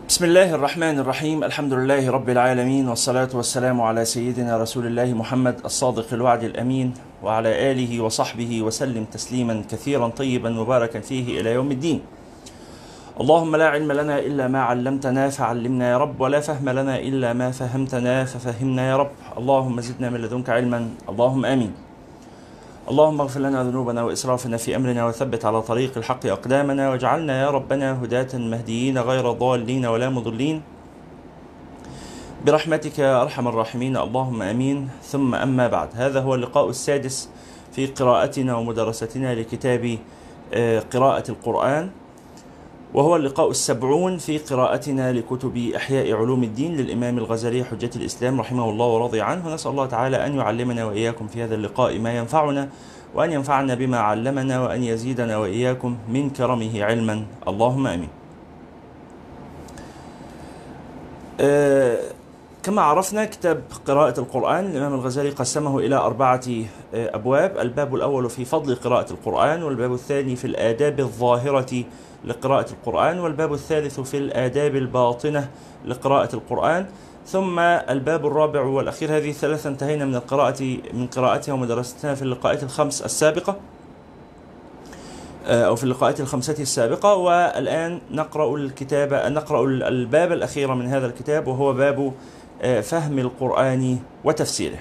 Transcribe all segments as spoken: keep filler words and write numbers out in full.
بسم الله الرحمن الرحيم. الحمد لله رب العالمين، والصلاة والسلام على سيدنا رسول الله محمد الصادق الوعد الأمين، وعلى آله وصحبه وسلم تسليما كثيرا طيبا مباركا فيه إلى يوم الدين. اللهم لا علم لنا إلا ما علمتنا فعلمنا يا رب، ولا فهم لنا إلا ما فهمتنا ففهمنا يا رب. اللهم زدنا من لدنك علما، اللهم آمين. اللهم اغفر لنا ذنوبنا وإسرافنا في أمرنا، وثبت على طريق الحق أقدامنا، واجعلنا يا ربنا هداة مهديين غير ضالين ولا مضلين برحمتك يا أرحم الراحمين، اللهم آمين. ثم أما بعد، هذا هو اللقاء السادس في قراءتنا ومدرستنا لكتاب قراءة القرآن، وهو اللقاء السبعون في قراءتنا لكتب إحياء علوم الدين للإمام الغزالي حجة الإسلام رحمه الله ورضي عنه. نسأل الله تعالى أن يعلمنا وإياكم في هذا اللقاء ما ينفعنا، وأن ينفعنا بما علمنا، وأن يزيدنا وإياكم من كرمه علما، اللهم آمين. آه كما عرفنا، كتاب قراءة القرآن الإمام الغزالي قسمه إلى أربعة أبواب. الباب الأول في فضل قراءة القرآن، والباب الثاني في الآداب الظاهرة لقراءة القرآن، والباب الثالث في الآداب الباطنة لقراءة القرآن، ثم الباب الرابع والأخير. هذه الثلاثة انتهينا من القراءة من قراءتها ومدرستها في اللقاءات الخمس السابقة أو في اللقاءات الخمسة السابقة، والآن نقرأ الكتاب نقرأ الباب الأخير من هذا الكتاب، وهو باب فهم القرآن وتفسيره.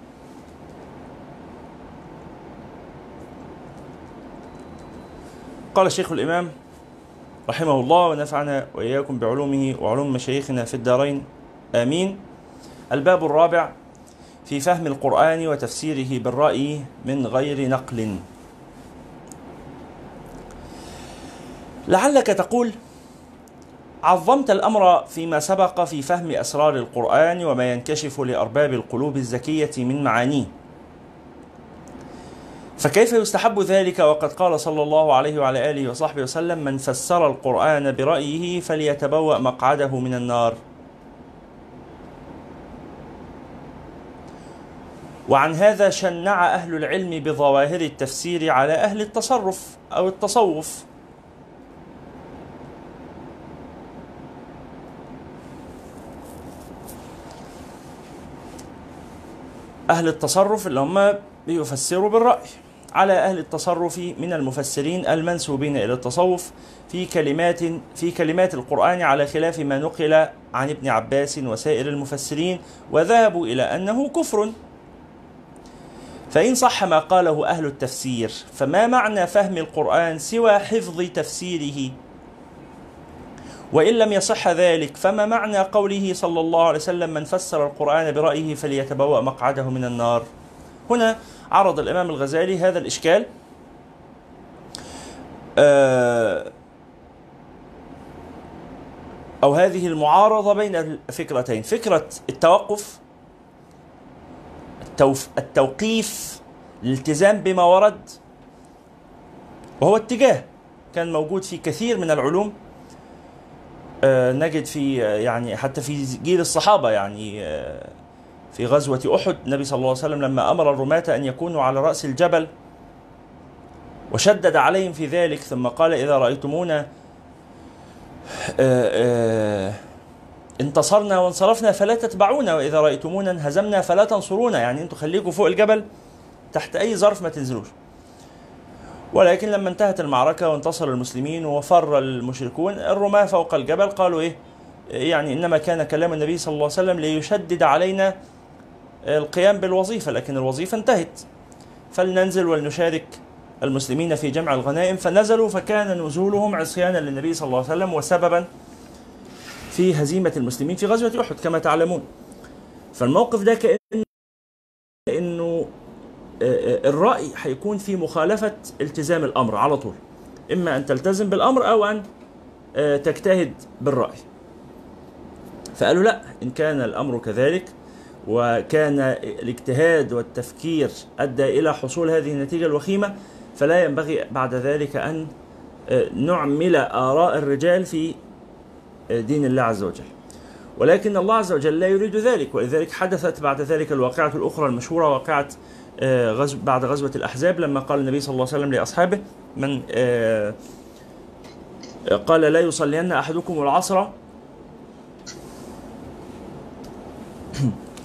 قال الشيخ الإمام رحمه الله ونفعنا وإياكم بعلومه وعلوم مشايخنا في الدارين، آمين. الباب الرابع في فهم القرآن وتفسيره بالرأي من غير نقل. لعلك تقول: عظمت الأمر فيما سبق في فهم أسرار القرآن وما ينكشف لأرباب القلوب الزكية من معانيه، فكيف يستحب ذلك وقد قال صلى الله عليه وعلى آله وصحبه وسلم: من فسر القرآن برأيه فليتبوأ مقعده من النار. وعن هذا شنع أهل العلم بظواهر التفسير على أهل التصرف أو التصوف، أهل التصرف اللي هم بيفسروا بالرأي، على أهل التصرف من المفسرين المنسوبين إلى التصوف في كلمات في كلمات القرآن، على خلاف ما نقل عن ابن عباس وسائر المفسرين، وذهبوا إلى أنه كفر. فإن صح ما قاله أهل التفسير، فما معنى فهم القرآن سوى حفظ تفسيره؟ وإن لم يصح ذلك، فما معنى قوله صلى الله عليه وسلم: من فسر القرآن برأيه فليتبوأ مقعده من النار؟ هنا عرض الإمام الغزالي هذا الإشكال أو هذه المعارضة بين فكرتين: فكرة التوقف، التوقيف، الالتزام بما ورد، وهو اتجاه كان موجود في كثير من العلوم. نجد في يعني حتى في جيل الصحابة، يعني في غزوة أحد النبي صلى الله عليه وسلم لما أمر الرماة أن يكونوا على رأس الجبل وشدد عليهم في ذلك، ثم قال: إذا رأيتمونا انتصرنا وانصرفنا فلا تتبعونا، وإذا رأيتمونا انهزمنا فلا تنصرونا. يعني أنتم خليكم فوق الجبل تحت أي ظرف ما تنزلوش. ولكن لما انتهت المعركة وانتصر المسلمين وفر المشركون، الرماة فوق الجبل قالوا إيه؟ يعني إنما كان كلام النبي صلى الله عليه وسلم ليشدد علينا القيام بالوظيفة، لكن الوظيفة انتهت، فلننزل ولنشارك المسلمين في جمع الغنائم. فنزلوا، فكان نزولهم عصيانا للنبي صلى الله عليه وسلم وسببا في هزيمة المسلمين في غزوة أحد كما تعلمون. فالموقف ده كأنه إنه الرأي هيكون في مخالفة التزام الأمر على طول، إما أن تلتزم بالأمر أو أن تجتهد بالرأي. فقالوا لا، إن كان الأمر كذلك وكان الاجتهاد والتفكير أدى إلى حصول هذه النتيجة الوخيمة، فلا ينبغي بعد ذلك أن نعمل آراء الرجال في دين الله عز وجل. ولكن الله عز وجل لا يريد ذلك، ولذلك حدثت بعد ذلك الواقعة الأخرى المشهورة، واقعة غزو بعد غزوة الأحزاب، لما قال النبي صلى الله عليه وسلم لأصحابه: من قال لا يصلين أحدكم العصر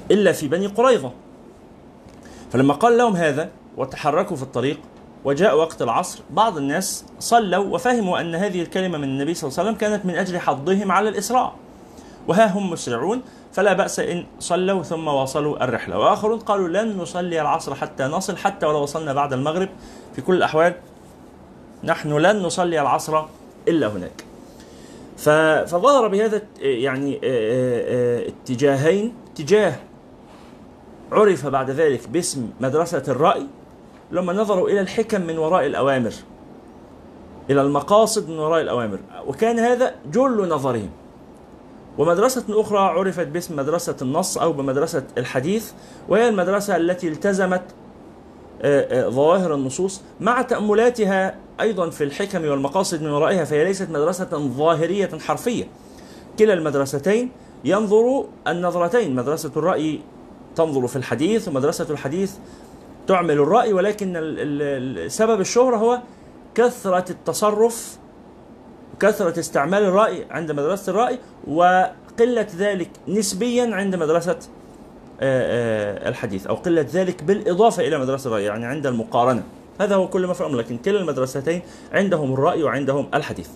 إلا في بني قريظة. فلما قال لهم هذا وتحركوا في الطريق وجاء وقت العصر، بعض الناس صلوا وفهموا أن هذه الكلمة من النبي صلى الله عليه وسلم كانت من أجل حضهم على الإسراع، وها هم مسرعون فلا بأس إن صلوا ثم واصلوا الرحلة. وآخرون قالوا لن نصلي العصر حتى نصل، حتى ولو وصلنا بعد المغرب، في كل الأحوال نحن لن نصلي العصر إلا هناك. فظهر بهذا يعني اتجاهين: اتجاه عرف بعد ذلك باسم مدرسة الرأي، لما نظروا إلى الحكم من وراء الأوامر، إلى المقاصد من وراء الأوامر، وكان هذا جل نظرهم. ومدرسة أخرى عرفت باسم مدرسة النص أو بمدرسة الحديث، وهي المدرسة التي التزمت ظواهر النصوص مع تأملاتها أيضا في الحكم والمقاصد من ورائها، فهي ليست مدرسة ظاهرية حرفية. كلا المدرستين ينظر النظرتين، مدرسة الرأي تنظر في الحديث، ومدرسة الحديث تعمل الرأي، ولكن سبب الشهرة هو كثرة التصرف وكثرة استعمال الرأي عند مدرسة الرأي، وقلة ذلك نسبيا عند مدرسة الحديث، أو قلة ذلك بالإضافة إلى مدرسة الرأي، يعني عند المقارنة. هذا هو كل ما في الأمر، لكن كلا المدرستين عندهم الرأي وعندهم الحديث.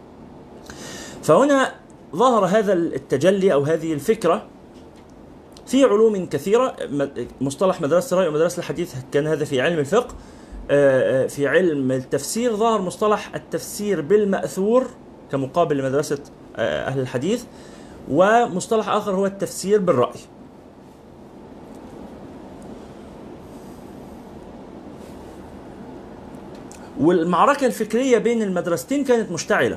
فهنا ظهر هذا التجلي أو هذه الفكرة في علوم كثيرة. مصطلح مدرسة الرأي ومدرسة الحديث كان هذا في علم الفقه. في علم التفسير ظهر مصطلح التفسير بالمأثور كمقابل لمدرسة أهل الحديث، ومصطلح آخر هو التفسير بالرأي. والمعركة الفكرية بين المدرستين كانت مشتعلة،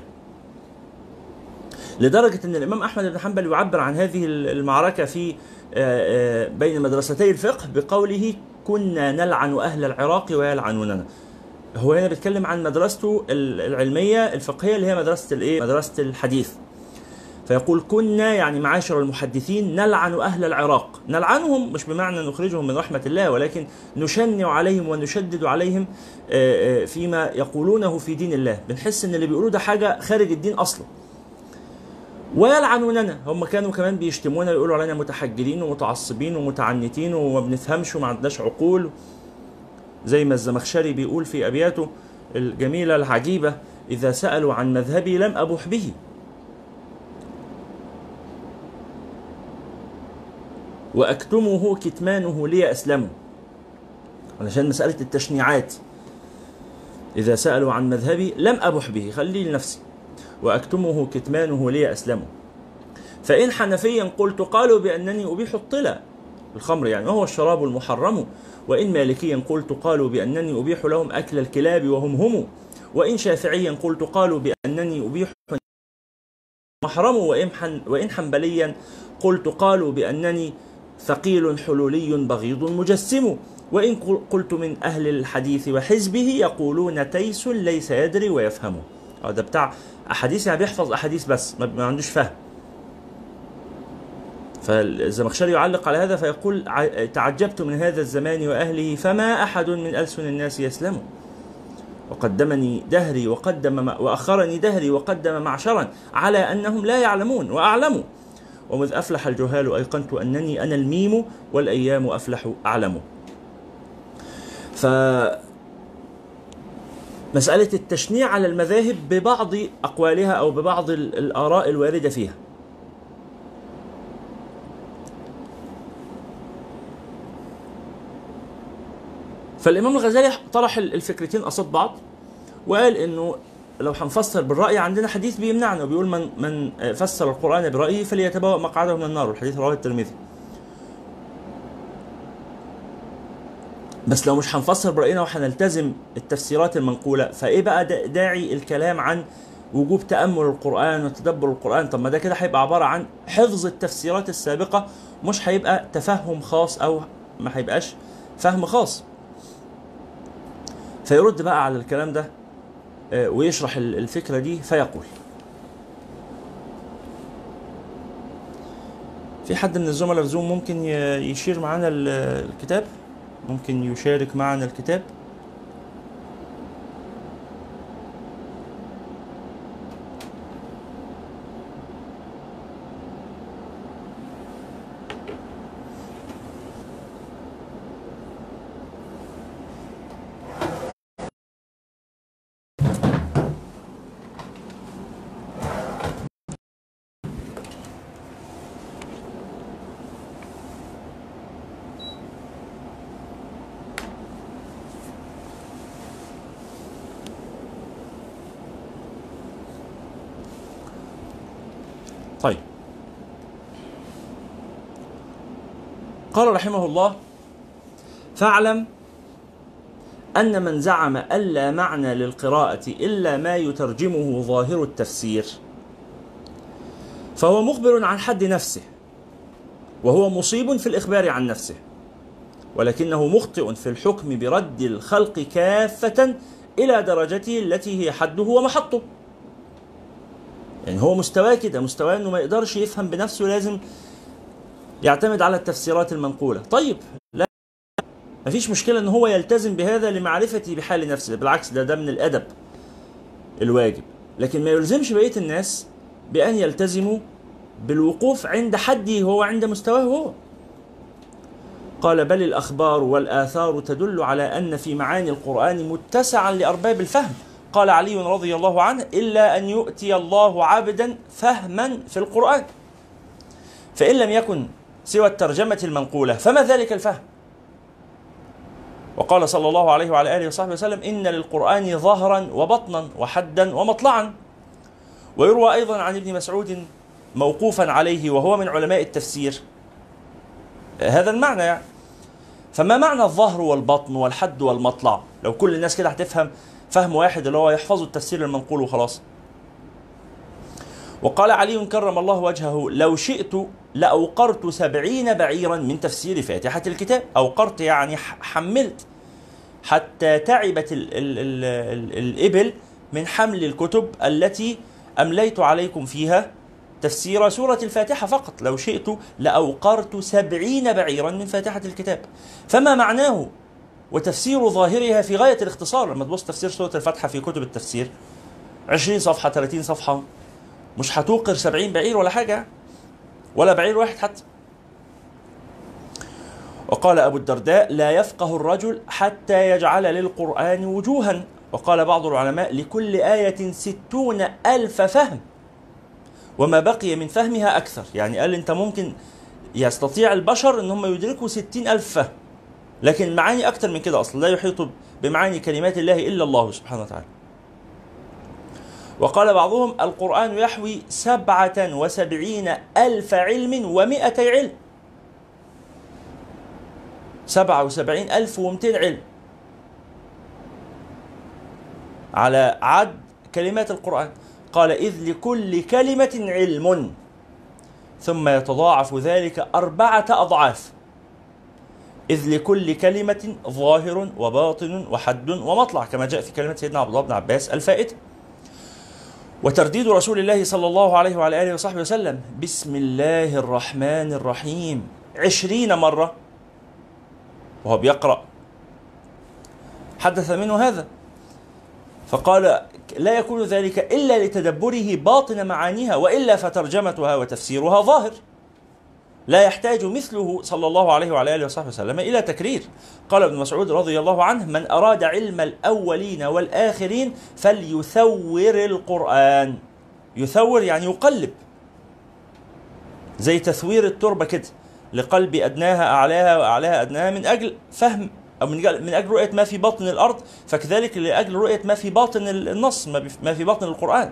لدرجة أن الإمام أحمد بن حنبل يعبر عن هذه المعركة في بين مدرستي الفقه بقوله: كنا نلعن أهل العراق ويلعنوننا. هو هنا بيتكلم عن مدرسته العلمية الفقهية اللي هي مدرسة الإيه؟ مدرسة الحديث. فيقول كنا يعني معاشر المحدثين نلعن أهل العراق، نلعنهم مش بمعنى نخرجهم من رحمة الله، ولكن نشنع عليهم ونشدد عليهم فيما يقولونه في دين الله، بنحس ان اللي بيقولوه ده حاجة خارج الدين أصلا. ويلعنوننا، هم كانوا كمان بيشتمونا ويقولوا علينا متحجرين ومتعصبين ومتعنتين وما بنفهمش وما عندناش عقول، زي ما الزمخشري بيقول في أبياته الجميلة العجيبة: إذا سألوا عن مذهبي لم أبح به. وأكتمه كتمانه لي أسلمه، علشان مسألة التشنيعات. إذا سألوا عن مذهبي لم أبح به، خليه لنفسي، وأكتمه كتمانه لي أسلمه. فإن حنفيا قلت قالوا بأنني أبيح الطلا، الخمر يعني وهو الشراب المحرم. وإن مالكيا قلت قالوا بأنني أبيح لهم أكل الكلاب وهم هم. وإن شافعيا قلت قالوا بأنني أبيح محرم. وإن حنبليا قلت قالوا بأنني ثقيل حلولي بغيض مجسم. وإن قلت من أهل الحديث وحزبه يقولون تيس ليس يدري ويفهم. ده بتاع أحاديث، يعني بيحفظ أحاديث بس ما عندوش فهم. فالزمخشري يعلق على هذا فيقول: تعجبت من هذا الزمان وأهله فما أحد من ألسن الناس يسلم. وقدمني دهري وقدم وأخرني دهري وقدم معشرا على أنهم لا يعلمون وأعلموا. ومذ أفلح الجهال أيقنت أنني أنا الميم والأيام أفلح أعلم. فمسألة التشنيع على المذاهب ببعض أقوالها أو ببعض الآراء الواردة فيها. فالإمام الغزالي طرح الفكرتين قصاد بعض، وقال إنه لو هنفسر بالرأي عندنا حديث بيمنعنا، وبيقول من من فسر القرآن برأيه فليتبوأ مقعده من النار، والحديث رواه الترمذي. بس لو مش هنفسر برأينا وهنلتزم التفسيرات المنقولة، فإيه بقى داعي الكلام عن وجوب تأمل القرآن وتدبر القرآن؟ طب ما ده كده هيبقى عبارة عن حفظ التفسيرات السابقة، مش هيبقى تفهم خاص أو ما هيبقاش فهم خاص. فيرد بقى على الكلام ده ويشرح الفكرة دي فيقول: في حد من الزملاء في زوم ممكن يشير معنا الكتاب؟ ممكن يشارك معنا الكتاب؟ طيب، قال رحمه الله: فاعلم أن من زعم ألا معنى للقراءة إلا ما يترجمه ظاهر التفسير فهو مخبر عن حد نفسه، وهو مصيب في الإخبار عن نفسه، ولكنه مخطئ في الحكم برد الخلق كافة إلى درجته التي هي حده ومحطه. يعني هو مستواه كده، مستواه أنه ما يقدرش يفهم بنفسه، لازم يعتمد على التفسيرات المنقولة. طيب، لا، ما فيش مشكلة أن هو يلتزم بهذا لمعرفته بحال نفسه، بالعكس ده ده من الأدب الواجب، لكن ما يلزمش بقية الناس بأن يلتزموا بالوقوف عند حده هو، عند مستواه هو. قال: بل الأخبار والآثار تدل على أن في معاني القرآن متسعا لأرباب الفهم. قال علي رضي الله عنه: إلا أن يؤتي الله عبدا فهما في القرآن، فإن لم يكن سوى الترجمة المنقولة فما ذلك الفهم. وقال صلى الله عليه وعلى آله وصحبه وسلم: إن للقرآن ظهرا وبطنا وحدا ومطلعا. ويروى أيضا عن ابن مسعود موقوفا عليه وهو من علماء التفسير هذا المعنى يعني. فما معنى الظهر والبطن والحد والمطلع لو كل الناس كده هتفهم فهم واحد اللي هو يحفظوا التفسير المنقول وخلاص؟ وقال علي كرم الله وجهه: لو شئت لأوقرت سبعين بعيرا من تفسير فاتحة الكتاب. أوقرت يعني حملت، حتى تعبت ال ال ال ال الإبل من حمل الكتب التي أمليت عليكم فيها تفسير سورة الفاتحة فقط. لو شئت لأوقرت سبعين بعيرا من فاتحة الكتاب. فما معناه وتفسير ظاهرها في غاية الاختصار. لما تبص تفسير سورة الفاتحة في كتب التفسير عشرين صفحة ثلاثين صفحة، مش هتوقر سبعين بعير ولا حاجة، ولا بعير واحد حتى. وقال أبو الدرداء: لا يفقه الرجل حتى يجعل للقرآن وجوها. وقال بعض العلماء: لكل آية ستون ألف فهم، وما بقي من فهمها أكثر. يعني قال أنت ممكن يستطيع البشر أن هم يدركوا ستين ألف فهم، لكن المعاني أكثر من كده أصلا، لا يحيط بمعاني كلمات الله إلا الله سبحانه وتعالى. وقال بعضهم: القرآن يحوي سبعة وسبعين ألف علم ومئتي علم. سبعة وسبعين ألف ومئتين علم على عد كلمات القرآن. قال: إذ لكل كلمة علم، ثم يتضاعف ذلك أربعة أضعاف. إذ لكل كلمة ظاهر وباطن وحد ومطلع، كما جاء في كلمة سيدنا عبد الله بن عباس الفائتة. وترديد رسول الله صلى الله عليه وعلى آله وصحبه وسلم: بسم الله الرحمن الرحيم عشرين مرة وهو بيقرأ، حدث منه هذا. فقال: لا يكون ذلك إلا لتدبره باطن معانيها، وإلا فترجمتها وتفسيرها ظاهر، لا يحتاج مثله صلى الله عليه وعلى آله وصحبه وسلم إلى تكرير. قال ابن مسعود رضي الله عنه: من أراد علم الأولين والآخرين فليثور القرآن. يثور يعني يقلب، زي تثوير التربة كده، لقلب أدناها أعلاها وأعلاها أدناها، من أجل فهم أو من من أجل رؤية ما في باطن الأرض، فكذلك لأجل رؤية ما في باطن النص، ما في باطن القرآن.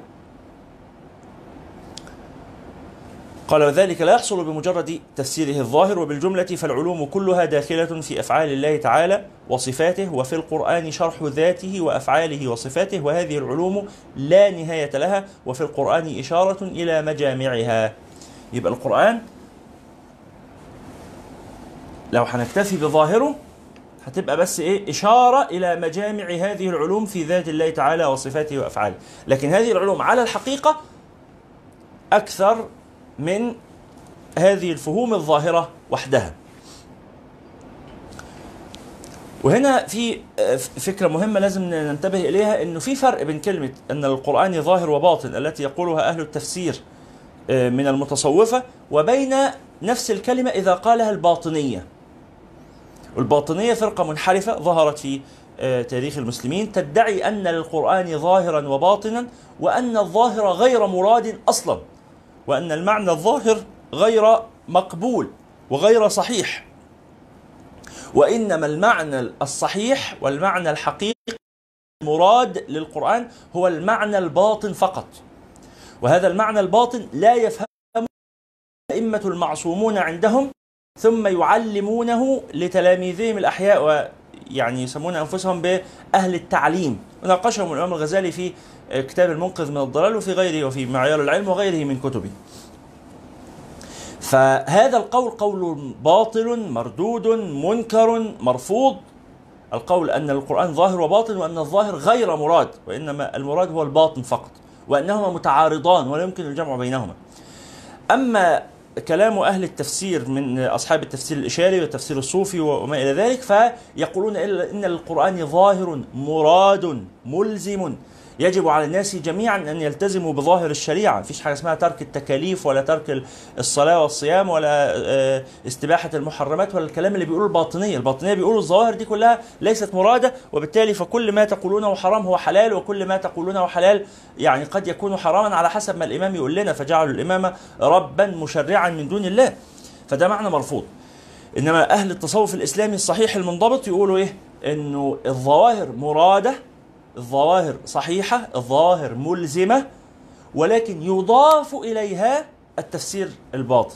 قال: وذلك لا يحصل بمجرد تفسيره الظاهر، وبالجملة فالعلوم كلها داخلة في أفعال الله تعالى وصفاته، وفي القرآن شرح ذاته وأفعاله وصفاته، وهذه العلوم لا نهاية لها، وفي القرآن إشارة إلى مجامعها. يبقى القرآن لو هنكتفي بظاهره هتبقى بس إيه؟ إشارة إلى مجامع هذه العلوم في ذات الله تعالى وصفاته وأفعاله، لكن هذه العلوم على الحقيقة أكثر من هذه الفهوم الظاهرة وحدها. وهنا في فكرة مهمة لازم ننتبه إليها، إنه في فرق بين كلمة أن القرآن ظاهر وباطن التي يقولها أهل التفسير من المتصوفة، وبين نفس الكلمة إذا قالها الباطنية. والباطنية فرقة منحرفة ظهرت في تاريخ المسلمين تدعي أن للقرآن ظاهرا وباطنا، وأن الظاهر غير مراد أصلا، وأن المعنى الظاهر غير مقبول وغير صحيح، وإنما المعنى الصحيح والمعنى الحقيقي المراد للقرآن هو المعنى الباطن فقط. وهذا المعنى الباطن لا يفهم الأئمة المعصومون عندهم ثم يعلمونه لتلاميذهم الأحياء، ويعني يسمون أنفسهم بأهل التعليم. وناقشهم الإمام الغزالي في كتاب المنقذ من الضلال وفي غيره وفي معيار العلم وغيره من كتبه. فهذا القول قول باطل مردود منكر مرفوض، القول أن القرآن ظاهر وباطن وأن الظاهر غير مراد، وإنما المراد هو الباطن فقط، وأنهما متعارضان ولا يمكن الجمع بينهما. أما كلام أهل التفسير من أصحاب التفسير الإشاري والتفسير الصوفي وما إلى ذلك، فيقولون إن القرآن ظاهر مراد ملزم، يجب على الناس جميعا أن يلتزموا بظاهر الشريعة. مفيش حاجة اسمها ترك التكاليف ولا ترك الصلاة والصيام ولا استباحة المحرمات ولا الكلام اللي بيقوله الباطنية. الباطنية بيقولوا الظواهر دي كلها ليست مرادة، وبالتالي فكل ما تقولونه حرام هو حلال، وكل ما تقولونه حلال يعني قد يكون حراما على حسب ما الإمام يقول لنا، فجعلوا الإمام ربا مشرعا من دون الله. فده معنى مرفوض. إنما أهل التصوف الإسلامي الصحيح المنضبط يقولوا إيه؟ إنه الظواهر مرادة، الظواهر صحيحة، الظواهر ملزمة، ولكن يضاف إليها التفسير الباطن.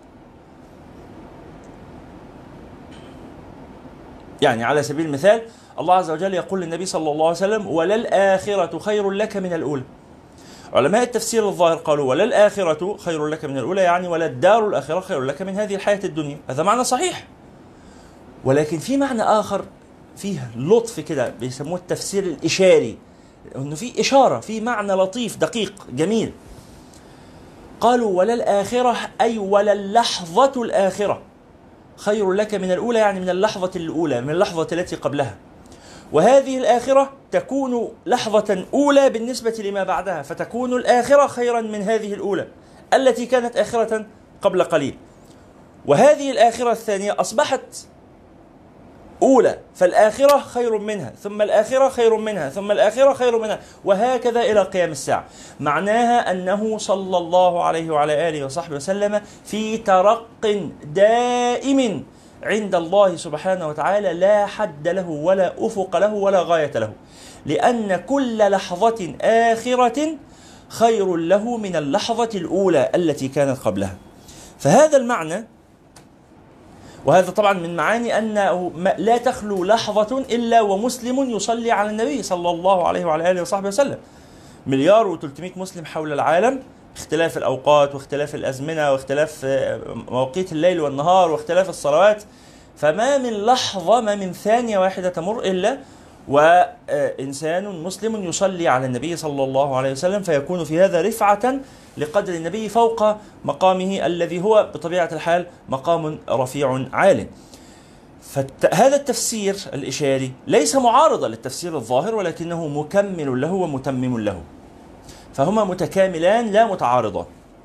يعني على سبيل المثال الله عز وجل يقول للنبي صلى الله عليه وسلم: وللآخرة خير لك من الأولى. علماء التفسير الظاهر قالوا وللآخرة خير لك من الأولى، يعني وللدار الآخرة خير لك من هذه الحياة الدنيا. هذا معنى صحيح، ولكن في معنى آخر فيه لطف كده بيسموه التفسير الإشاري، انه في إشارة، في معنى لطيف دقيق جميل. قالوا وللآخرة أي وللحظة الآخرة خير لك من الأولى، يعني من اللحظة الأولى، من اللحظة التي قبلها. وهذه الآخرة تكون لحظة أولى بالنسبة لما بعدها، فتكون الآخرة خيرا من هذه الأولى التي كانت آخرة قبل قليل. وهذه الآخرة الثانية أصبحت أولى، فالآخرة خير منها، ثم الآخرة خير منها، ثم الآخرة خير منها، وهكذا إلى قيام الساعة. معناها أنه صلى الله عليه وعلى آله وصحبه وسلم في ترق دائم عند الله سبحانه وتعالى لا حد له ولا أفق له ولا غاية له، لأن كل لحظة آخرة خير له من اللحظة الأولى التي كانت قبلها. فهذا المعنى، وهذا طبعا من معاني أنه لا تخلو لحظة إلا ومسلم يصلي على النبي صلى الله عليه وعلى آله وصحبه وسلم. مليار وثلاثمائة مسلم حول العالم، اختلاف الأوقات واختلاف الأزمنة واختلاف مواقيت الليل والنهار واختلاف الصلوات، فما من لحظة، ما من ثانية واحدة تمر إلا وإنسان مسلم يصلي على النبي صلى الله عليه وسلم، فيكون في هذا رفعة لقدر النبي فوق مقامه الذي هو بطبيعة الحال مقام رفيع عال. فهذا التفسير الإشاري ليس معارضا للتفسير الظاهر، ولكنه مكمل له ومتمم له، فهما متكاملان لا متعارضان.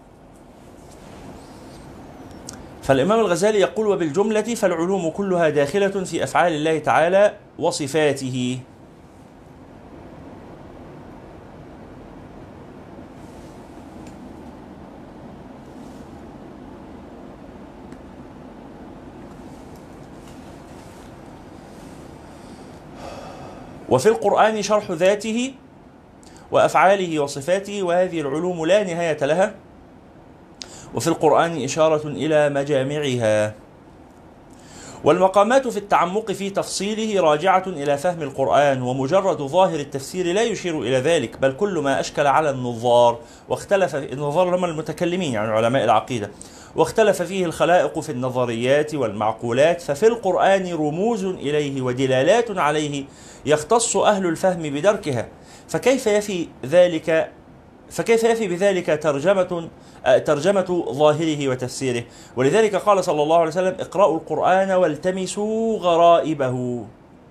فالإمام الغزالي يقول: وبالجملة فالعلوم كلها داخلة في أفعال الله تعالى وصفاته. وفي القرآن شرح ذاته وأفعاله وصفاته، وهذه العلوم لا نهاية لها، وفي القرآن إشارة إلى مجامعها. والمقامات في التعمق في تفصيله راجعة إلى فهم القرآن، ومجرد ظاهر التفسير لا يشير إلى ذلك، بل كل ما أشكل على النظار واختلف، النظار هم المتكلمين يعني علماء العقيدة، واختلف فيه الخلائق في النظريات والمعقولات، ففي القرآن رموز إليه ودلالات عليه يختص أهل الفهم بدركها، فكيف يفي ذلك فكيف يفي بذلك ترجمة ترجمة ظاهره وتفسيره؟ ولذلك قال صلى الله عليه وسلم: اقرأوا القرآن والتمسوا غرائبه.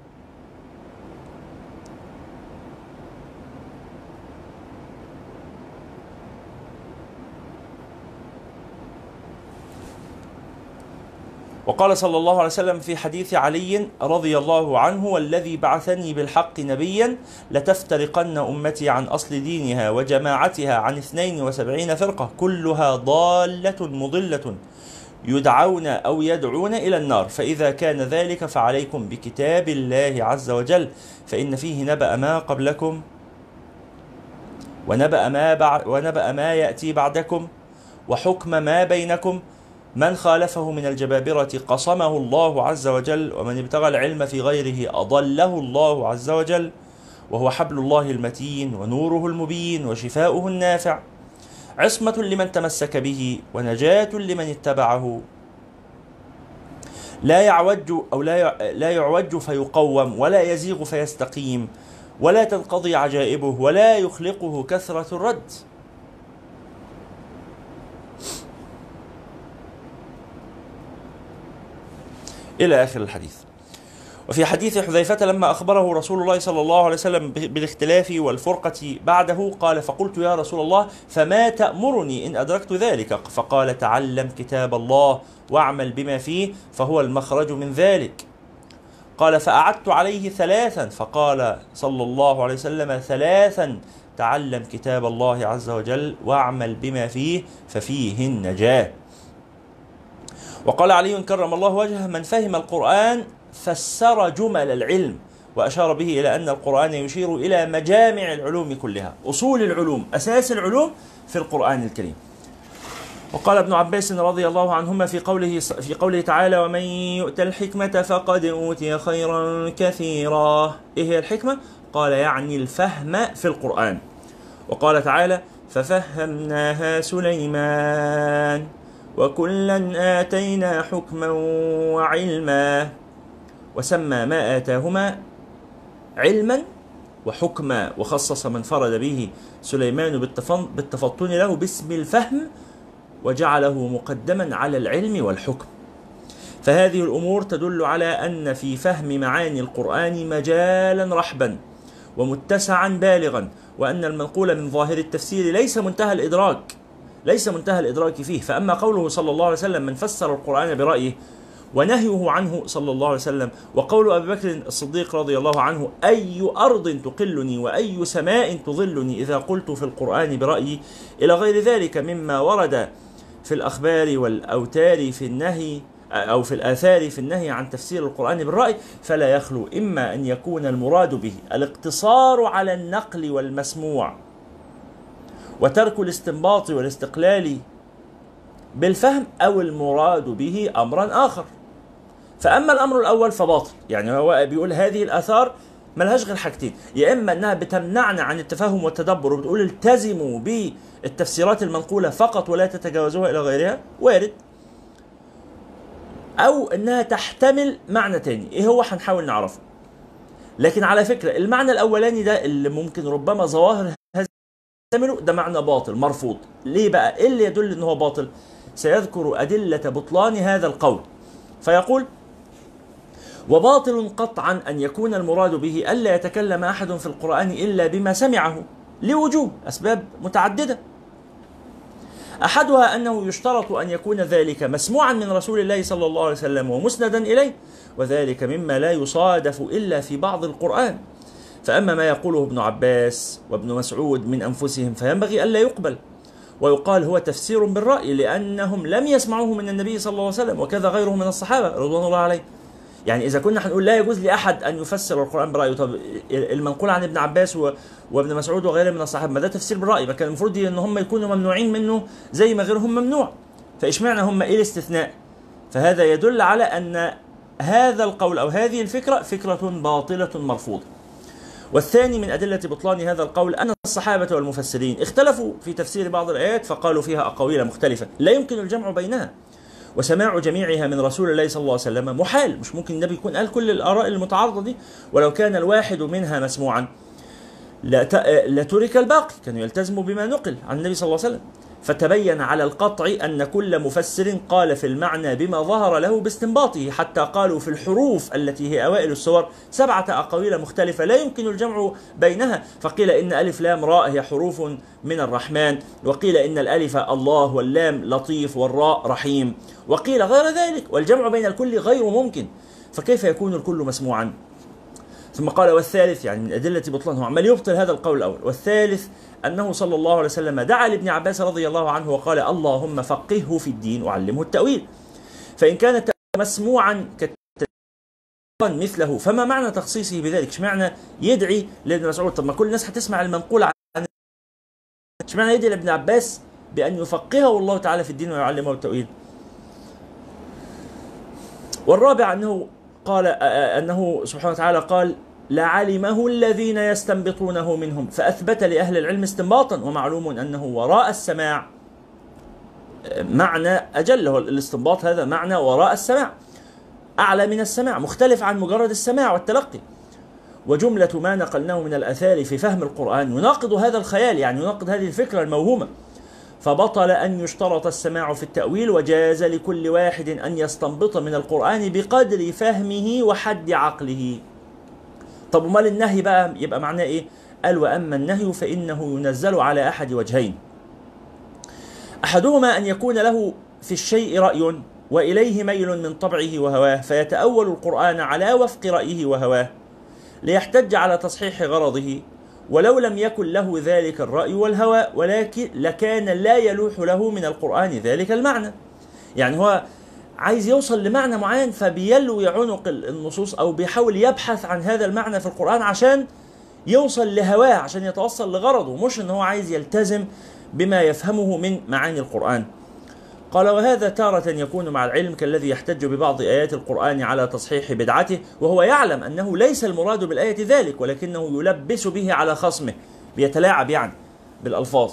وقال صلى الله عليه وسلم في حديث علي رضي الله عنه: والذي بعثني بالحق نبيا لتفترقن أمتي عن أصل دينها وجماعتها عن اثنين وسبعين فرقة كلها ضالة مضلة يدعون أو يدعون إلى النار، فإذا كان ذلك فعليكم بكتاب الله عز وجل، فإن فيه نبأ ما قبلكم ونبأ ما, بعد ونبأ ما يأتي بعدكم، وحكم ما بينكم، من خالفه من الجبابرة قصمه الله عز وجل، ومن ابتغى العلم في غيره أضله الله عز وجل، وهو حبل الله المتين ونوره المبين وشفاؤه النافع، عصمة لمن تمسك به ونجاة لمن اتبعه، لا يعوج أو لا لا يعوج فيقوم، ولا يزيغ فيستقيم، ولا تنقضي عجائبه، ولا يخلقه كثرة الرد. إلى آخر الحديث. وفي حديث حذيفة لما أخبره رسول الله صلى الله عليه وسلم بالاختلاف والفرقة بعده قال: فقلت يا رسول الله فما تأمرني إن أدركت ذلك؟ فقال: تعلم كتاب الله واعمل بما فيه فهو المخرج من ذلك. قال: فأعدت عليه ثلاثا، فقال صلى الله عليه وسلم: ثلاثا، تعلم كتاب الله عز وجل واعمل بما فيه ففيه النجاة. وقال علي كرم الله وجهه: من فهم القرآن فسر جمل العلم، وأشار به إلى أن القرآن يشير إلى مجامع العلوم كلها، أصول العلوم، أساس العلوم في القرآن الكريم. وقال ابن عباس رضي الله عنهما في قوله في قوله تعالى: ومن يؤت الحكمة فقد أوتي خيرا كثيرا. إيه هي الحكمة؟ قال: يعني الفهم في القرآن. وقال تعالى: ففهمناها سليمان وكلا آتينا حكما وعلما، وسمى ما آتاهما علما وحكما، وخصص من فرد به سليمان بالتفطن له باسم الفهم، وجعله مقدما على العلم والحكم. فهذه الأمور تدل على أن في فهم معاني القرآن مجالا رحبا ومتسعا بالغا، وأن المنقول من ظاهر التفسير ليس منتهى الإدراك ليس منتهى الإدراك فيه. فأما قوله صلى الله عليه وسلم: من فسر القرآن برأيه، ونهيه عنه صلى الله عليه وسلم، وقول أبي بكر الصديق رضي الله عنه: أي أرض تقلني وأي سماء تظلني إذا قلت في القرآن برأيي، إلى غير ذلك مما ورد في الأخبار والأوتار في النهي أو في الآثار في النهي عن تفسير القرآن بالرأي، فلا يخلو إما أن يكون المراد به الاقتصار على النقل والمسموع وترك الاستنباط والاستقلال بالفهم، أو المراد به أمرا آخر. فأما الأمر الأول فباطل، يعني هو بيقول هذه الآثار ملهاش غير حاجتين: يا إما أنها بتمنعنا عن التفاهم والتدبر وبتقول التزموا بالتفسيرات المنقولة فقط ولا تتجاوزوها إلى غيرها، وارد، أو أنها تحتمل معنى تاني. إيه هو؟ هنحاول نعرفه. لكن على فكرة المعنى الأولاني ده اللي ممكن ربما ظواهر هذا ده معنى باطل مرفوض. ليه بقى؟ إيه اللي يدل أنه باطل؟ سيذكر أدلة بطلان هذا القول، فيقول: وباطل قطعا أن يكون المراد به ألا يتكلم أحد في القرآن إلا بما سمعه، لوجوه أسباب متعددة. أحدها أنه يشترط أن يكون ذلك مسموعا من رسول الله صلى الله عليه وسلم ومسندا إليه، وذلك مما لا يصادف إلا في بعض القرآن. فأما ما يقوله ابن عباس وابن مسعود من أنفسهم فينبغي ألا يقبل، ويقال هو تفسير بالرأي لأنهم لم يسمعوه من النبي صلى الله عليه وسلم، وكذا غيره من الصحابة رضوان الله عليه. يعني إذا كنا هنقول لا يجوز لأحد أن يفسر القرآن برأيه، طب المنقول عن ابن عباس وابن مسعود وغيره من الصحابة ما ده تفسير بالرأي، كان المفروض أن هم يكونوا ممنوعين منه زي ما غيرهم ممنوع، فإشمعنى هم إيه الاستثناء؟ فهذا يدل على أن هذا القول أو هذه الفكرة فكرة باطلة مرفوضة. والثاني من أدلة بطلان هذا القول أن الصحابة والمفسرين اختلفوا في تفسير بعض الآيات، فقالوا فيها أقاويل مختلفة لا يمكن الجمع بينها، وسماع جميعها من رسول الله صلى الله عليه وسلم محال. مش ممكن النبي يكون قال كل الآراء المتعارضة دي، ولو كان الواحد منها مسموعا لترك الباقي، كانوا يلتزموا بما نقل عن النبي صلى الله عليه وسلم. فتبين على القطع أن كل مفسر قال في المعنى بما ظهر له باستنباطه، حتى قالوا في الحروف التي هي أوائل السور سبعة أقاويل مختلفة لا يمكن الجمع بينها، فقيل إن ألف لام راء هي حروف من الرحمن، وقيل إن الألف الله واللام لطيف والراء رحيم، وقيل غير ذلك، والجمع بين الكل غير ممكن، فكيف يكون الكل مسموعا؟ ثم قال: والثالث، يعني من أدلة بطلانه عمال يبطل هذا القول الأول، والثالث أنه صلى الله عليه وسلم دعا لابن عباس رضي الله عنه وقال: اللهم فقهه في الدين وعلمه التأويل. فإن كان مسموعا مثله فما معنى تخصيصه بذلك؟ ايش معنى يدعي لابن مسعود؟ طب ما كل الناس هتسمع المنقول عن، ايش معنى يدعي لابن عباس بأن يفقهه الله تعالى في الدين ويعلمه التأويل. والرابع أنه قال أنه سبحانه وتعالى قال لعلمه الذين يستنبطونه منهم، فأثبت لأهل العلم استنباطا، ومعلوم أنه وراء السماع معنى أجل، هو الاستنباط هذا معنى وراء السماع، أعلى من السماع، مختلف عن مجرد السماع والتلقي. وجملة ما نقلناه من الآثار في فهم القرآن يناقض هذا الخيال، يعني يناقض هذه الفكرة الموهومة، فبطل أن يشترط السماع في التأويل، وجاز لكل واحد أن يستنبط من القرآن بقدر فهمه وحد عقله. طب ومال النهي بقى يبقى معناه إيه؟ قال وأما النهي فإنه ينزل على أحد وجهين، أحدهما أن يكون له في الشيء رأي وإليه ميل من طبعه وهواه، فيتأول القرآن على وفق رأيه وهواه ليحتج على تصحيح غرضه، ولو لم يكن له ذلك الرأي والهوى ولكن لكان لا يلوح له من القرآن ذلك المعنى. يعني هو عايز يوصل لمعنى معين فبيلوي عنق النصوص أو بيحاول يبحث عن هذا المعنى في القرآن عشان يوصل لهواه، عشان يتوصل لغرضه، مش ان هو عايز يلتزم بما يفهمه من معاني القرآن. قال وهذا تارة يكون مع العلم كالذي يحتج ببعض آيات القرآن على تصحيح بدعته، وهو يعلم أنه ليس المراد بالآية ذلك، ولكنه يلبس به على خصمه، بيتلاعب يعني بالألفاظ.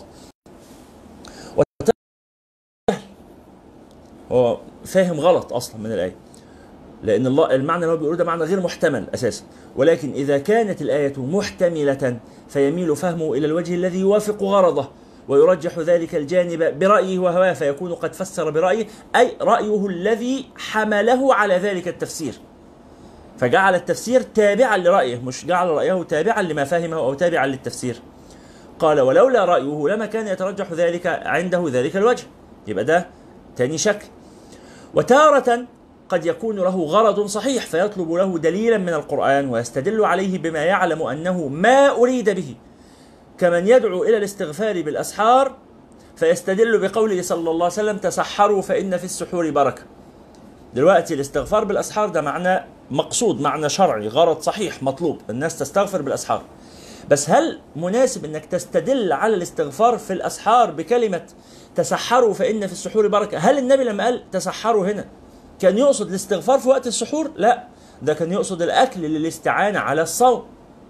هو فاهم غلط أصلا من الآية، لأن الله المعنى اللي هو بيقوله ده معنى غير محتمل أساسا، ولكن إذا كانت الآية محتملة فيميل فهمه إلى الوجه الذي يوافق غرضه، ويرجح ذلك الجانب برأيه وهواه، فيكون قد فسر برأيه، أي رأيه الذي حمله على ذلك التفسير، فجعل التفسير تابعا لرأيه، مش جعل رأيه تابعا لما فهمه أو تابعا للتفسير. قال ولولا رأيه لما كان يترجح ذلك عنده ذلك الوجه. يبقى ده تاني شكل. وتارة قد يكون له غرض صحيح فيطلب له دليلا من القرآن ويستدل عليه بما يعلم أنه ما أريد به، كمن يدعو إلى الاستغفار بالأسحار فيستدل بقوله صلى الله عليه وسلم تسحروا فإن في السحور بركة. دلوقتي الاستغفار بالأسحار ده معنى مقصود، معنى شرعي، غرض صحيح مطلوب، الناس تستغفر بالأسحار. بس هل مناسب أنك تستدل على الاستغفار في الأسحار بكلمة تسحروا فإن في السحور بركة؟ هل النبي لما قال تسحروا هنا كان يقصد الاستغفار في وقت السحور؟ لا، ده كان يقصد الأكل للاستعانة على الصوم.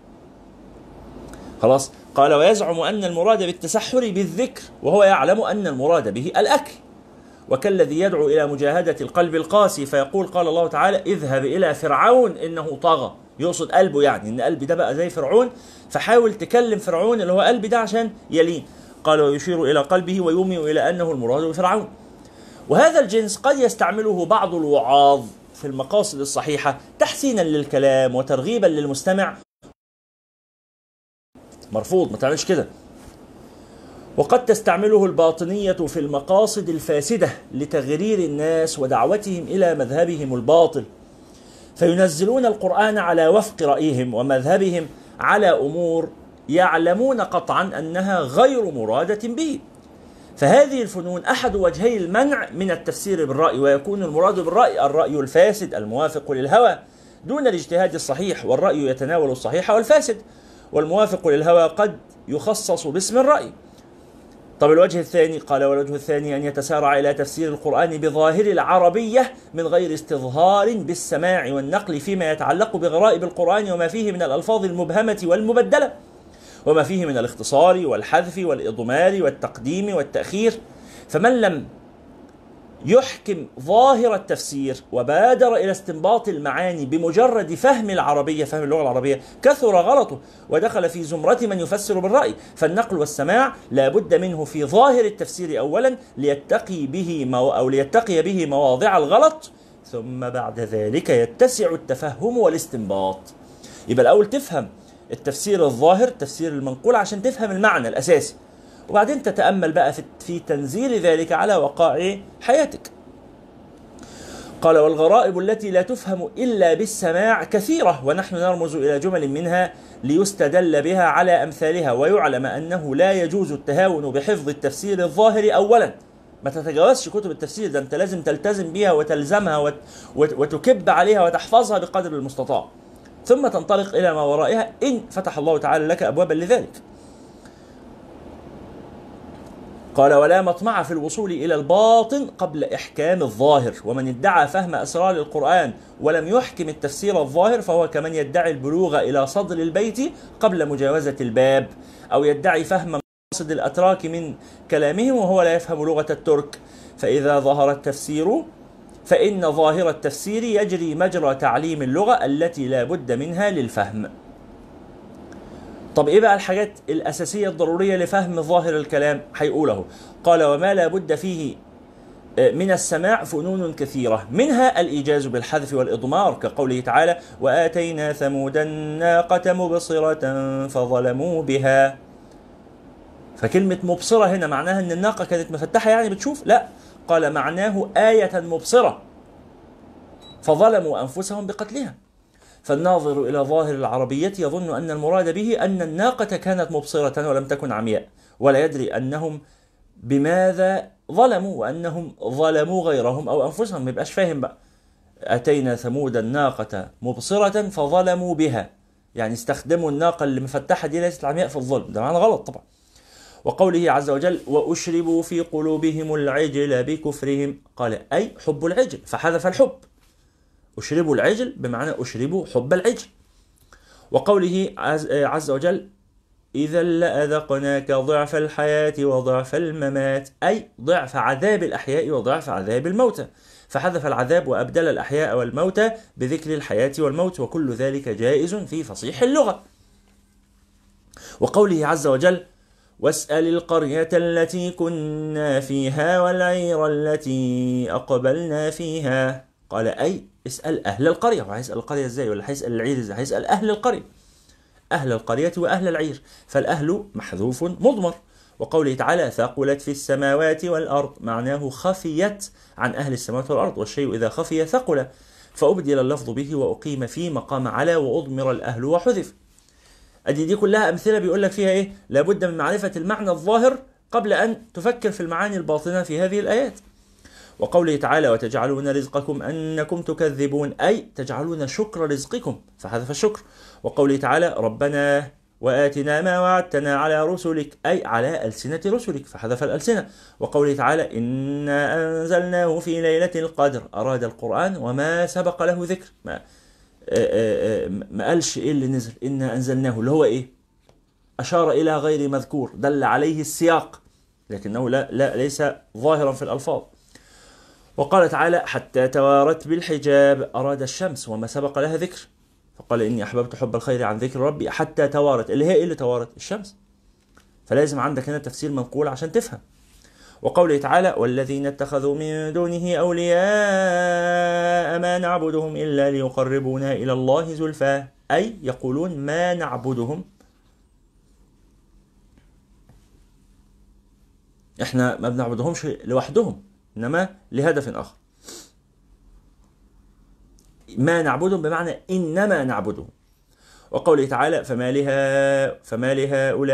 خلاص. قال ويزعم أن المراد بالتسحر بالذكر، وهو يعلم أن المراد به الأكل، وكالذي يدعو إلى مجاهدة القلب القاسي فيقول قال الله تعالى اذهب إلى فرعون إنه طغى، يقصد قلبه، يعني إن قلبي ده بقى زي فرعون، فحاول تكلم فرعون اللي هو قلبي ده عشان يلين. قال ويشير إلى قلبه ويومي إلى أنه المراد بفرعون. وهذا الجنس قد يستعمله بعض الوعاظ في المقاصد الصحيحة تحسينا للكلام وترغيبا للمستمع، مرفوض، ما تعملش كده. وقد تستعمله الباطنية في المقاصد الفاسدة لتغرير الناس ودعوتهم إلى مذهبهم الباطل، فينزلون القرآن على وفق رأيهم ومذهبهم على أمور يعلمون قطعا أنها غير مرادة به. فهذه الفنون أحد وجهي المنع من التفسير بالرأي، ويكون المراد بالرأي الرأي الفاسد الموافق للهوى دون الاجتهاد الصحيح، والرأي يتناول الصحيح والفاسد، والموافق للهوى قد يخصص باسم الرأي. طب الوجه الثاني، قال والوجه الثاني أن يتسارع إلى تفسير القرآن بظاهر العربية من غير استظهار بالسماع والنقل فيما يتعلق بغرائب القرآن وما فيه من الألفاظ المبهمة والمبدلة، وما فيه من الاختصار والحذف والإضمار والتقديم والتأخير. فمن لم يحكم ظاهر التفسير وبادر إلى استنباط المعاني بمجرد فهم العربية، فهم اللغة العربية، كثر غلطه ودخل في زمرة من يفسر بالرأي. فالنقل والسماع لا بد منه في ظاهر التفسير أولا ليتقي به مو أو ليتقي به مواضع الغلط، ثم بعد ذلك يتسع التفهم والاستنباط. يبقى الأول تفهم التفسير الظاهر، التفسير المنقول، عشان تفهم المعنى الأساسي، وبعدين تتأمل بقى في تنزيل ذلك على وقائع حياتك. قال والغرائب التي لا تفهم إلا بالسماع كثيرة، ونحن نرمز إلى جمل منها ليستدل بها على أمثالها، ويعلم أنه لا يجوز التهاون بحفظ التفسير الظاهر أولا. ما تتجاوزش كتب التفسير، ده أنت لازم تلتزم بها وتلزمها وتكب عليها وتحفظها بقدر المستطاع، ثم تنطلق إلى ما ورائها إن فتح الله تعالى لك أبوابا لذلك. قال ولا مطمع في الوصول إلى الباطن قبل إحكام الظاهر، ومن ادعى فهم أسرار القرآن ولم يحكم التفسير الظاهر فهو كمن يدعي البلوغ إلى صدر البيت قبل مجاوزة الباب، أو يدعي فهم مقاصد الأتراك من كلامهم وهو لا يفهم لغة الترك. فإذا ظهر التفسير فإن ظاهر التفسير يجري مجرى تعليم اللغة التي لا بد منها للفهم. طب ايه بقى الحاجات الأساسية الضرورية لفهم ظاهر الكلام؟ هيقوله قال وما لا بد فيه من السماع فنون كثيرة، منها الإيجاز بالحذف والإضمار كقوله تعالى وآتينا ثمود الناقة مبصرة فظلموا بها. فكلمة مبصرة هنا معناها أن الناقة كانت مفتحة يعني بتشوف؟ لا، قال معناه آية مبصرة فظلموا أنفسهم بقتلها. فالناظر إلى ظاهر العربية يظن أن المراد به أن الناقة كانت مبصرة ولم تكن عمياء، ولا يدري أنهم بماذا ظلموا وأنهم ظلموا غيرهم أو أنفسهم، ما يبقاش فاهم بقى. أتينا ثمود الناقة مبصرة فظلموا بها، يعني استخدموا الناقة اللي مفتحة دي ليست عمياء في الظلم، ده معنى غلط طبعا. وقوله عز وجل وأشربوا في قلوبهم العجل بكفرهم، قال أي حب العجل فحذف الحب، أشربوا العجل بمعنى أشربوا حب العجل. وقوله عز وجل إذا لأذقناك ضعف الحياة وضعف الممات، أي ضعف عذاب الأحياء وضعف عذاب الموتى، فحذف العذاب وأبدل الأحياء والموتى بذكر الحياة والموت، وكل ذلك جائز في فصيح اللغة. وقوله عز وجل واسأل القرية التي كنا فيها والعير التي أقبلنا فيها، قال أي اسأل أهل القرية. وهيسأل القرية إزاي؟ ولا هيسأل العير إزاي؟ هيسأل أهل القرية، أهل القرية وأهل العير، فالأهل محذوف مضمر. وقوله تعالى ثقلت في السماوات والأرض، معناه خفيت عن أهل السماوات والأرض، والشيء إذا خفي ثقل، فأبدل اللفظ به وأقيم فيه مقام على وأضمر الأهل وحذف. أدي دي كلها أمثلة بيقول لك فيها إيه؟ لابد من معرفة المعنى الظاهر قبل أن تفكر في المعاني الباطنة في هذه الآيات. وقوله تعالى وتجعلون رزقكم أنكم تكذبون، أي تجعلون شكر رزقكم فحذف الشكر. وقوله تعالى ربنا وآتنا ما وعدتنا على رسلك، أي على ألسنة رسلك فحذف الألسنة. وقوله تعالى إنا أنزلناه في ليلة القدر، أراد القرآن وما سبق له ذكر، ما, ما قالش إيه اللي نزل، إنا أنزلناه اللي هو إيه؟ أشار إلى غير مذكور دل عليه السياق، لكنه لا, لا ليس ظاهرا في الألفاظ. وقال تعالى حتى توارت بالحجاب، أراد الشمس وما سبق لها ذكر، فقال إني أحببت حب الخير عن ذكر ربي حتى توارت، اللي هي إيه اللي توارت؟ الشمس. فلازم عندك هنا تفسير منقول عشان تفهم. وقوله تعالى والذين اتخذوا من دونه أولياء ما نعبدهم إلا ليقربونا إلى الله زلفى، أي يقولون ما نعبدهم، إحنا ما بنعبدهمش لوحدهم إنما لهدف آخر. ما نعبدهم بمعنى إنما نعبدهم. وقوله تعالى فما لها فما لهؤلاء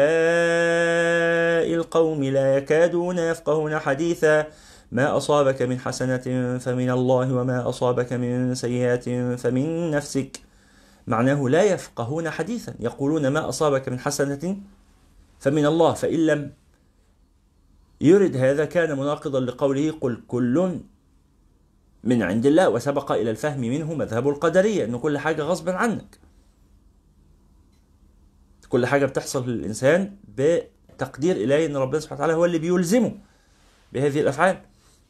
القوم لا يكادون يفقهون حديثا ما أصابك من حسنة فمن الله وما أصابك من سيئة فمن نفسك، معناه لا يفقهون حديثا، يقولون ما أصابك من حسنة فمن الله، فإن لم يرد هذا كان مناقضا لقوله قل كل من عند الله، وسبق إلى الفهم منه مذهب القدرية أنه كل حاجة غصبا عنك، كل حاجة بتحصل للإنسان بتقدير إلهي، أن ربنا سبحانه وتعالى هو اللي بيلزمه بهذه الأفعال.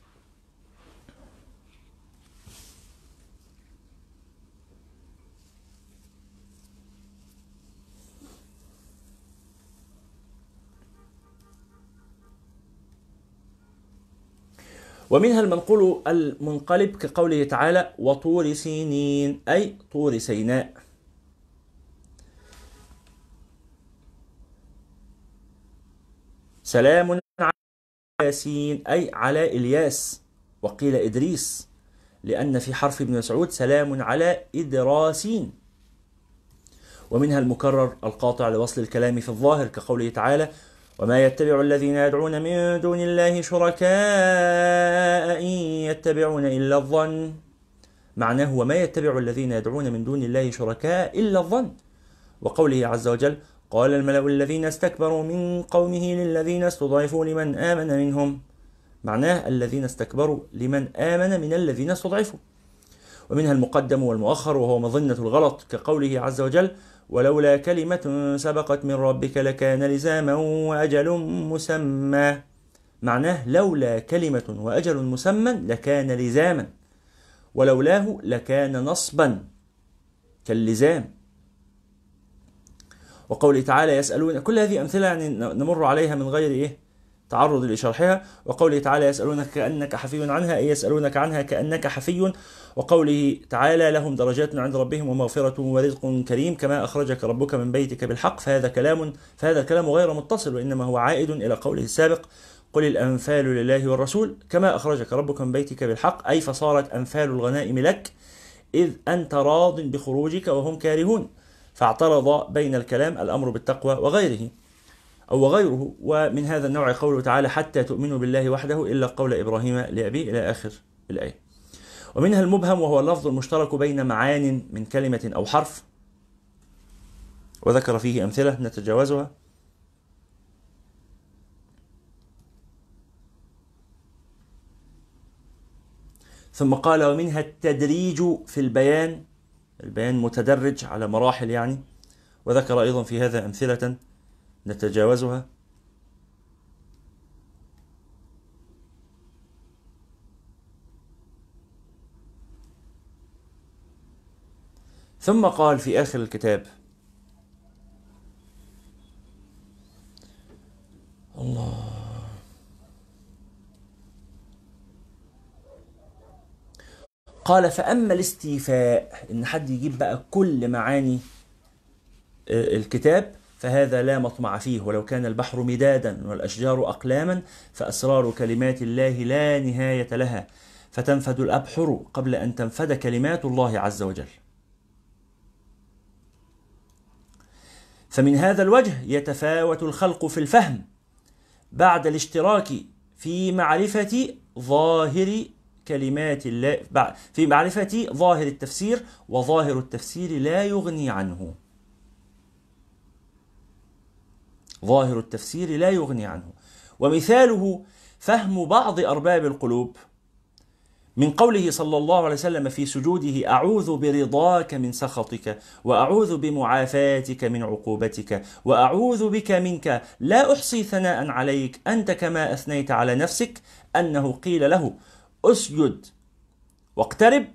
ومنها المنقول المنقلب كقوله تعالى وطور سينين، أي طور سيناء. سلام على ياسين، أي على إلياس، وقيل إدريس لأن في حرف ابن مسعود سلام على إدراسين. ومنها المكرر القاطع لوصل الكلام في الظاهر كقوله تعالى وما يتبع الذين يدعون من دون الله شركاء إن يتبعون إلا الظن، معناه وما يتبع الذين يدعون من دون الله شركاء إلا الظن. وقوله عز وجل قال الملأ الذين استكبروا من قومه للذين استضعفوا لمن آمن منهم. معناه الذين استكبروا لمن آمن من الذين استضعفوا. ومنها المقدم والمؤخر وهو مظنة الغلط، كقوله عز وجل: ولولا كلمة سبقت من ربك لكان لزاما وأجل مسمى. معناه لولا كلمة وأجل مسمى لكان لزاما، ولولاه لكان نصبا كاللزام. وقوله تعالى: يسألون. كل هذه أمثلة يعني نمر عليها من غير إيه تعرض لشرحها. وقوله تعالى: يسألونك كأنك حفي عنها، أي يسألونك عنها كأنك حفي. وقوله تعالى: لهم درجات عند ربهم ومغفرة ورزق كريم كما أخرجك ربك من بيتك بالحق. فهذا كلام فهذا الكلام غير متصل، وإنما هو عائد إلى قوله السابق: قل الأنفال لله والرسول كما أخرجك ربك من بيتك بالحق، أي فصارت أنفال الغنائم لك إذ أنت راض بخروجك وهم كارهون. فاعترض بين الكلام الأمر بالتقوى وغيره أو وغيره. ومن هذا النوع قوله تعالى: حتى تؤمنوا بالله وحده إلا قول إبراهيم لأبيه، إلى آخر الآية. ومنها المبهم وهو اللفظ المشترك بين معان من كلمة أو حرف، وذكر فيه أمثلة نتجاوزها. ثم قال: ومنها التدريج في البيان، البيان متدرج على مراحل يعني، وذكر أيضا في هذا أمثلة نتجاوزها. ثم قال في آخر الكتاب: الله قال: فأما الاستيفاء، إن حد يجيب بقى كل معاني الكتاب، فهذا لا مطمع فيه، ولو كان البحر مدادا والأشجار أقلاما فأسرار كلمات الله لا نهاية لها، فتنفد الأبحر قبل أن تنفد كلمات الله عز وجل. فمن هذا الوجه يتفاوت الخلق في الفهم بعد الاشتراك في معرفة ظاهر كلمات الله، في معرفة ظاهر التفسير، وظاهر التفسير لا يغني عنه. ظاهر التفسير لا يغني عنه. ومثاله فهم بعض أرباب القلوب من قوله صلى الله عليه وسلم في سجوده: أعوذ برضاك من سخطك، وأعوذ بمعافاتك من عقوبتك، وأعوذ بك منك، لا أحصي ثناء عليك أنت كما أثنيت على نفسك. أنه قيل له: أسجد واقترب،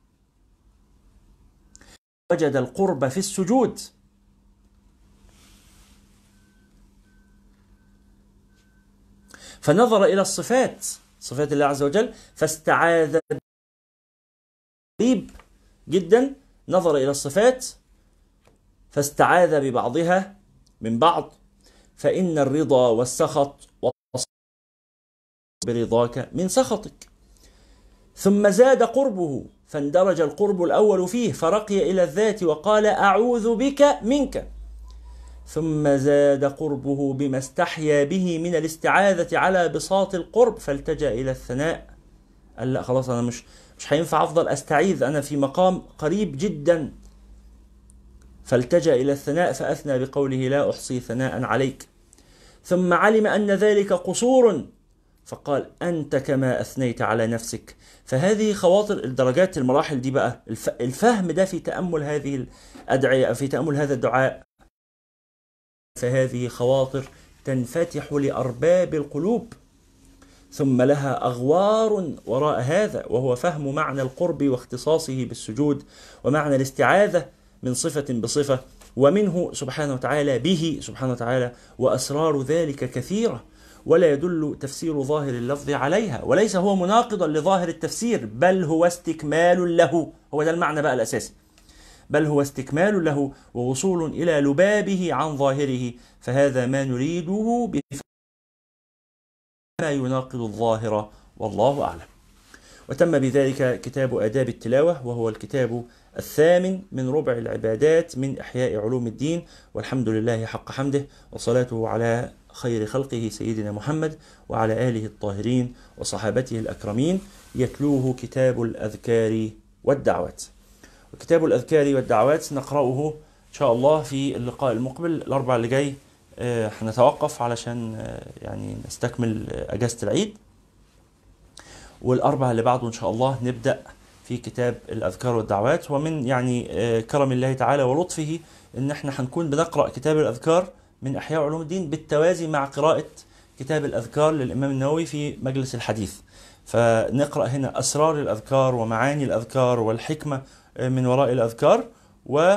وجد القرب في السجود. فنظر إلى الصفات، صفات الله عز وجل، فاستعاذ قريب جدا، نظر إلى الصفات فاستعاذ ببعضها من بعض. فإن الرضا والسخط برضاك من سخطك. ثم زاد قربه فاندرج القرب الأول فيه فرقي إلى الذات وقال: أعوذ بك منك. ثم زاد قربه بما استحيا به من الاستعاذة على بساط القرب فالتجأ إلى الثناء. قال: لا خلاص، أنا مش مش هينفع أفضل أستعيذ، أنا في مقام قريب جدا. فالتجأ إلى الثناء فأثنى بقوله: لا أحصي ثناء عليك. ثم علم أن ذلك قصور فقال: أنت كما أثنيت على نفسك. فهذه خواطر الدرجات، المراحل دي بقى الفهم ده في تأمل هذه الأدعية، في تأمل هذا الدعاء. فهذه خواطر تنفتح لأرباب القلوب، ثم لها أغوار وراء هذا، وهو فهم معنى القرب واختصاصه بالسجود، ومعنى الاستعاذة من صفة بصفة، ومنه سبحانه وتعالى به سبحانه وتعالى، وأسرار ذلك كثيرة، ولا يدل تفسير ظاهر اللفظ عليها، وليس هو مناقضا لظاهر التفسير، بل هو استكمال له. هو ده المعنى بقى الأساسي، بل هو استكمال له ووصول إلى لبابه عن ظاهره. فهذا ما نريده بما يناقض الظاهر، والله أعلم. وتم بذلك كتاب آداب التلاوة، وهو الكتاب الثامن من ربع العبادات من إحياء علوم الدين، والحمد لله حق حمده، وصلاته على خير خلقه سيدنا محمد وعلى آله الطاهرين وصحابته الأكرمين. يتلوه كتاب الأذكار والدعوات. وكتاب الأذكار والدعوات نقرأه إن شاء الله في اللقاء المقبل الأربع اللي جاي آه، هنتوقف علشان آه، يعني نستكمل آه، أجازة العيد، والأربع اللي بعده إن شاء الله نبدأ في كتاب الأذكار والدعوات. ومن يعني آه، كرم الله تعالى ولطفه إن احنا هنكون بنقرأ كتاب الأذكار من إحياء علوم الدين بالتوازي مع قراءة كتاب الأذكار للإمام النووي في مجلس الحديث. فنقرأ هنا أسرار الأذكار ومعاني الأذكار والحكمة آه، من وراء الأذكار. و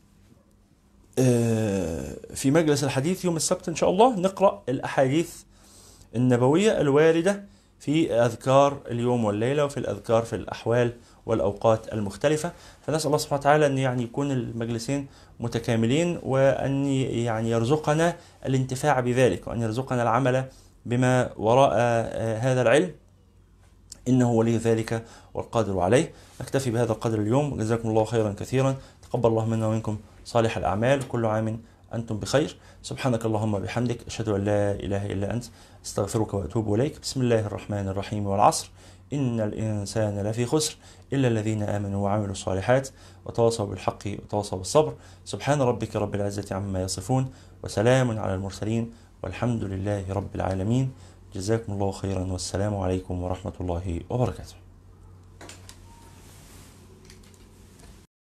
آه، في مجلس الحديث يوم السبت إن شاء الله نقرأ الأحاديث النبوية الواردة في أذكار اليوم والليلة وفي الأذكار في الأحوال والأوقات المختلفة. فنسأل الله سبحانه وتعالى أن يعني يكون المجلسين متكاملين، وأن يعني يرزقنا الانتفاع بذلك، وأن يرزقنا العمل بما وراء آه، هذا العلم، إنه ولي ذلك والقادر عليه. نكتفي بهذا القدر اليوم، وجزاكم الله خيرا كثيرا. تقبل الله منا ومنكم صالح الأعمال، كل عام أنتم بخير. سبحانك اللهم وبحمدك، أشهد أن لا إله إلا أنت، استغفرك وأتوب إليك. بسم الله الرحمن الرحيم. والعصر إن الإنسان لفي خسر إلا الذين آمنوا وعملوا الصالحات وتواصوا بالحق وتواصوا بالصبر. سبحان ربك رب العزة عما يصفون، وسلام على المرسلين، والحمد لله رب العالمين. جزاكم الله خيرا، والسلام عليكم ورحمة الله وبركاته.